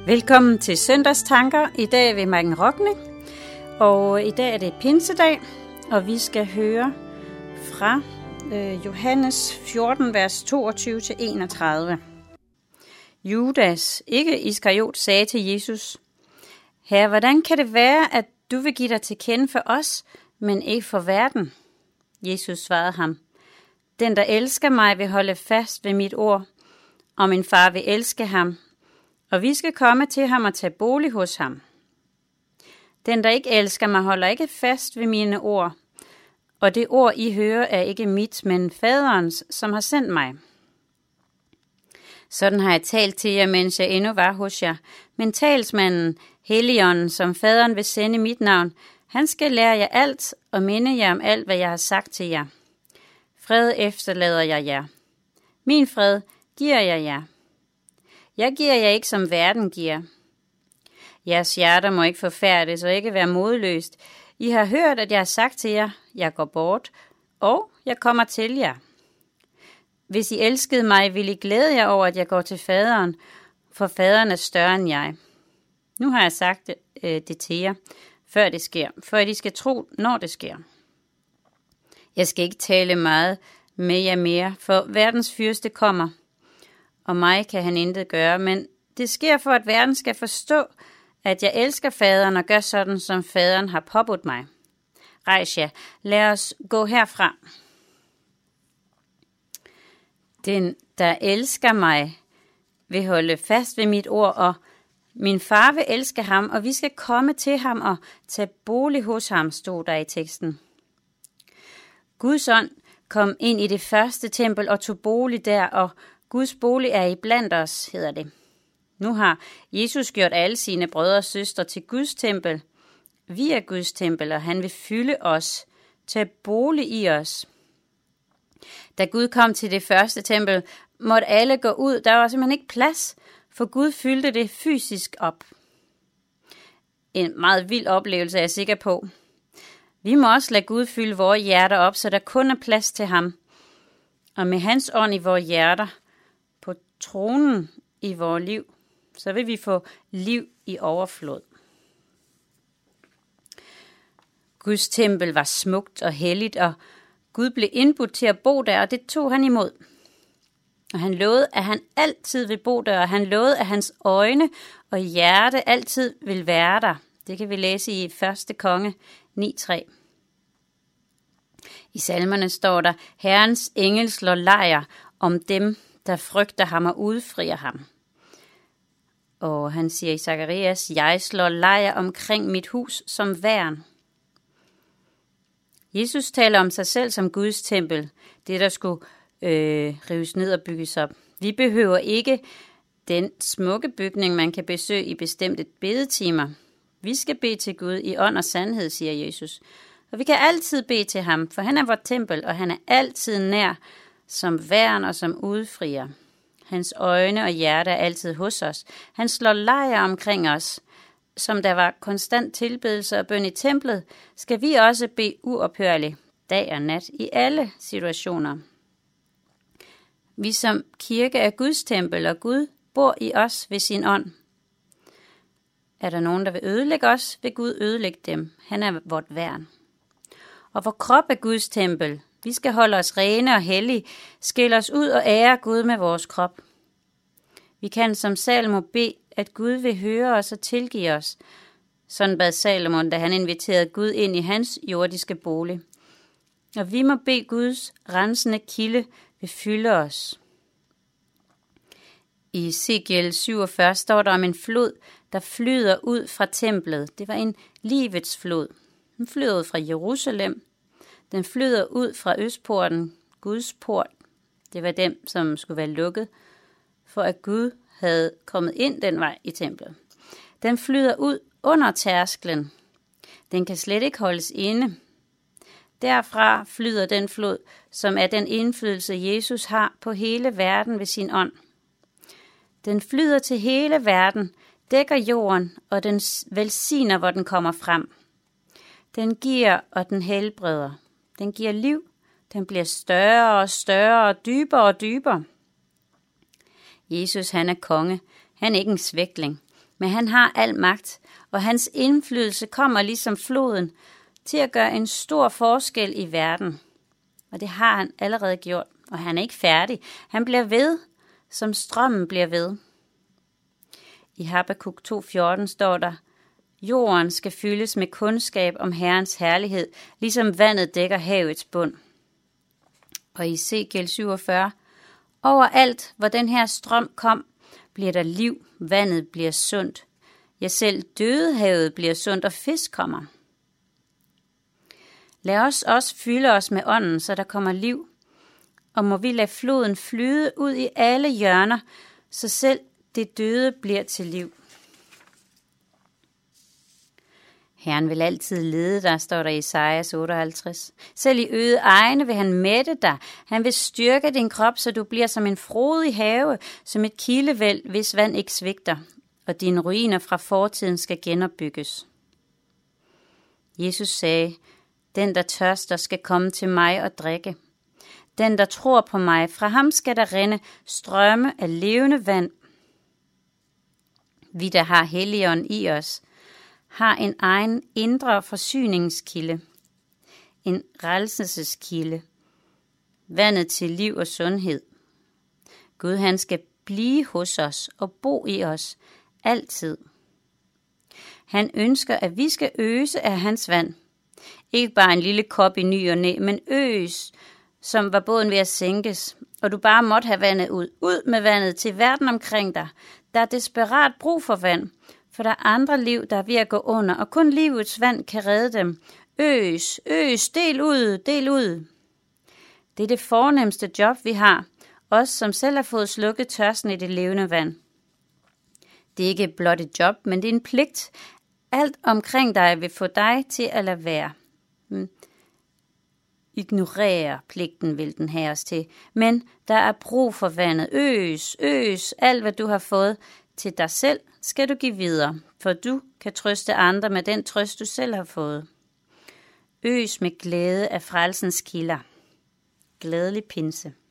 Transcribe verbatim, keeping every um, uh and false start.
Velkommen til Søndagstanker. I dag er vi Maiken Rockne, og i dag er det pinsedag, og vi skal høre fra øh, Johannes fjorten, vers toogtyve til enogtredive. Judas, ikke Iskariot, sagde til Jesus: Herre, hvordan kan det være, at du vil give dig til kende for os, men ikke for verden? Jesus svarede ham: Den, der elsker mig, vil holde fast ved mit ord, og min far vil elske ham, og vi skal komme til ham og tage bolig hos ham. Den, der ikke elsker mig, holder ikke fast ved mine ord, og det ord, I hører, er ikke mit, men faderens, som har sendt mig. Sådan har jeg talt til jer, mens jeg endnu var hos jer, men talsmanden, Helligånden, som faderen vil sende i mit navn, han skal lære jer alt og minde jer om alt, hvad jeg har sagt til jer. Fred efterlader jeg jer. Min fred giver jeg jer. Jeg giver jer ikke, som verden giver. Jeres hjerter må ikke forfærdes og ikke være modløst. I har hørt, at jeg har sagt til jer: Jeg går bort, og jeg kommer til jer. Hvis I elskede mig, ville I glæde jer over, at jeg går til faderen, for faderen er større end jeg. Nu har jeg sagt det, øh, det til jer, før det sker, for at I skal tro, når det sker. Jeg skal ikke tale meget med jer mere, for verdens fyrste kommer, og mig kan han intet gøre, men det sker for, at verden skal forstå, at jeg elsker faderen og gør sådan, som faderen har påbudt mig. Rejs jer, lad os gå herfra. Den, der elsker mig, vil holde fast ved mit ord, og min far vil elske ham, og vi skal komme til ham og tage bolig hos ham, stod der i teksten. Guds ånd kom ind i det første tempel og tog bolig der, og Guds bolig er iblandt os, hedder det. Nu har Jesus gjort alle sine brødre og søstre til Guds tempel. Vi er Guds tempel, og han vil fylde os, tage bolig i os. Da Gud kom til det første tempel, måtte alle gå ud. Der var simpelthen ikke plads, for Gud fyldte det fysisk op. En meget vild oplevelse, er jeg sikker på. Vi må også lade Gud fylde vores hjerter op, så der kun er plads til ham. Og med hans ånd i vores hjerter, på tronen i vores liv, så vil vi få liv i overflod. Guds tempel var smukt og helligt, og Gud blev indbudt til at bo der, og det tog han imod. Og han lovede, at han altid vil bo der, og han lovede, at hans øjne og hjerte altid vil være der. Det kan vi læse i første konge ni tre. I salmerne står der: Herrens engel slår lejr om dem, der frygter ham og udfrier ham. Og han siger i Zakarias: Jeg slår lejr omkring mit hus som værn. Jesus taler om sig selv som Guds tempel, det der skulle øh, rives ned og bygges op. Vi behøver ikke den smukke bygning, man kan besøge i bestemte bedetimer. Vi skal bede til Gud i ånd og sandhed, siger Jesus. Og vi kan altid bede til ham, for han er vores tempel, og han er altid nær som værn og som udfrier. Hans øjne og hjerte er altid hos os. Han slår lejr omkring os. Som der var konstant tilbedelse og bøn i templet, skal vi også bede uophørligt, dag og nat, i alle situationer. Vi som kirke er Guds tempel, og Gud bor i os ved sin ånd. Er der nogen, der vil ødelægge os, vil Gud ødelægge dem. Han er vort værn. Og vor krop er Guds tempel. Vi skal holde os rene og hellige, skille os ud og ære Gud med vores krop. Vi kan som Salomo bede, at Gud vil høre os og tilgive os. Sådan bad Salomon, da han inviterede Gud ind i hans jordiske bolig. Og vi må bede Guds rensende kilde vil fylde os. I Ezekiel syvogfyrre står der om en flod, der flyder ud fra templet. Det var en livets flod. Den flyder ud fra Jerusalem. Den flyder ud fra østporten, Guds port. Det var den, som skulle være lukket, for at Gud havde kommet ind den vej i templet. Den flyder ud under tærsklen. Den kan slet ikke holdes inde. Derfra flyder den flod, som er den indflydelse, Jesus har på hele verden ved sin ånd. Den flyder til hele verden, dækker jorden, og den velsigner, hvor den kommer frem. Den giver, og den helbreder. Den giver liv. Den bliver større og større og dybere og dybere. Jesus, han er konge. Han er ikke en svækling. Men han har al magt, og hans indflydelse kommer ligesom floden til at gøre en stor forskel i verden. Og det har han allerede gjort, og han er ikke færdig. Han bliver ved, som strømmen bliver ved. I Habakuk to fjorten står der, jorden skal fyldes med kundskab om Herrens herlighed, ligesom vandet dækker havets bund. Og i Ezekiel syvogfyrre, overalt, hvor den her strøm kom, bliver der liv, vandet bliver sundt. Ja, selv dødehavet bliver sundt, og fisk kommer. Lad os også fylde os med ånden, så der kommer liv. Og må vi lade floden flyde ud i alle hjørner, så selv det døde bliver til liv. Herren vil altid lede dig, står der i Esajas otteoghalvtreds. Selv i øde egne vil han mætte dig. Han vil styrke din krop, så du bliver som en frodig have, som et kildevæld, hvis vand ikke svigter, og dine ruiner fra fortiden skal genopbygges. Jesus sagde, den der tørster skal komme til mig og drikke. Den der tror på mig, fra ham skal der rinde strømme af levende vand. Vi der har Helligånden i os, har en egen indre forsyningskilde, en renselseskilde, vandet til liv og sundhed. Gud han skal blive hos os og bo i os altid. Han ønsker, at vi skal øse af hans vand. Ikke bare en lille kop i ny og næ, men øs, som var båden ved at sænkes, og du bare måtte have vandet ud. Ud med vandet til verden omkring dig. Der er desperat brug for vand, for der er andre liv, der er ved at gå under, og kun livets vand kan redde dem. Øs, øs, del ud, del ud. Det er det fornemste job, vi har, os som selv har fået slukket tørsten i det levende vand. Det er ikke blot et job, men det er en pligt. Alt omkring dig vil få dig til at lade være. Ignorere pligten vil den have os til, men der er brug for vandet. Øs, øs, alt hvad du har fået til dig selv, skal du give videre, for du kan trøste andre med den trøst, du selv har fået. Øs med glæde af frelsens kilder. Glædelig pinse.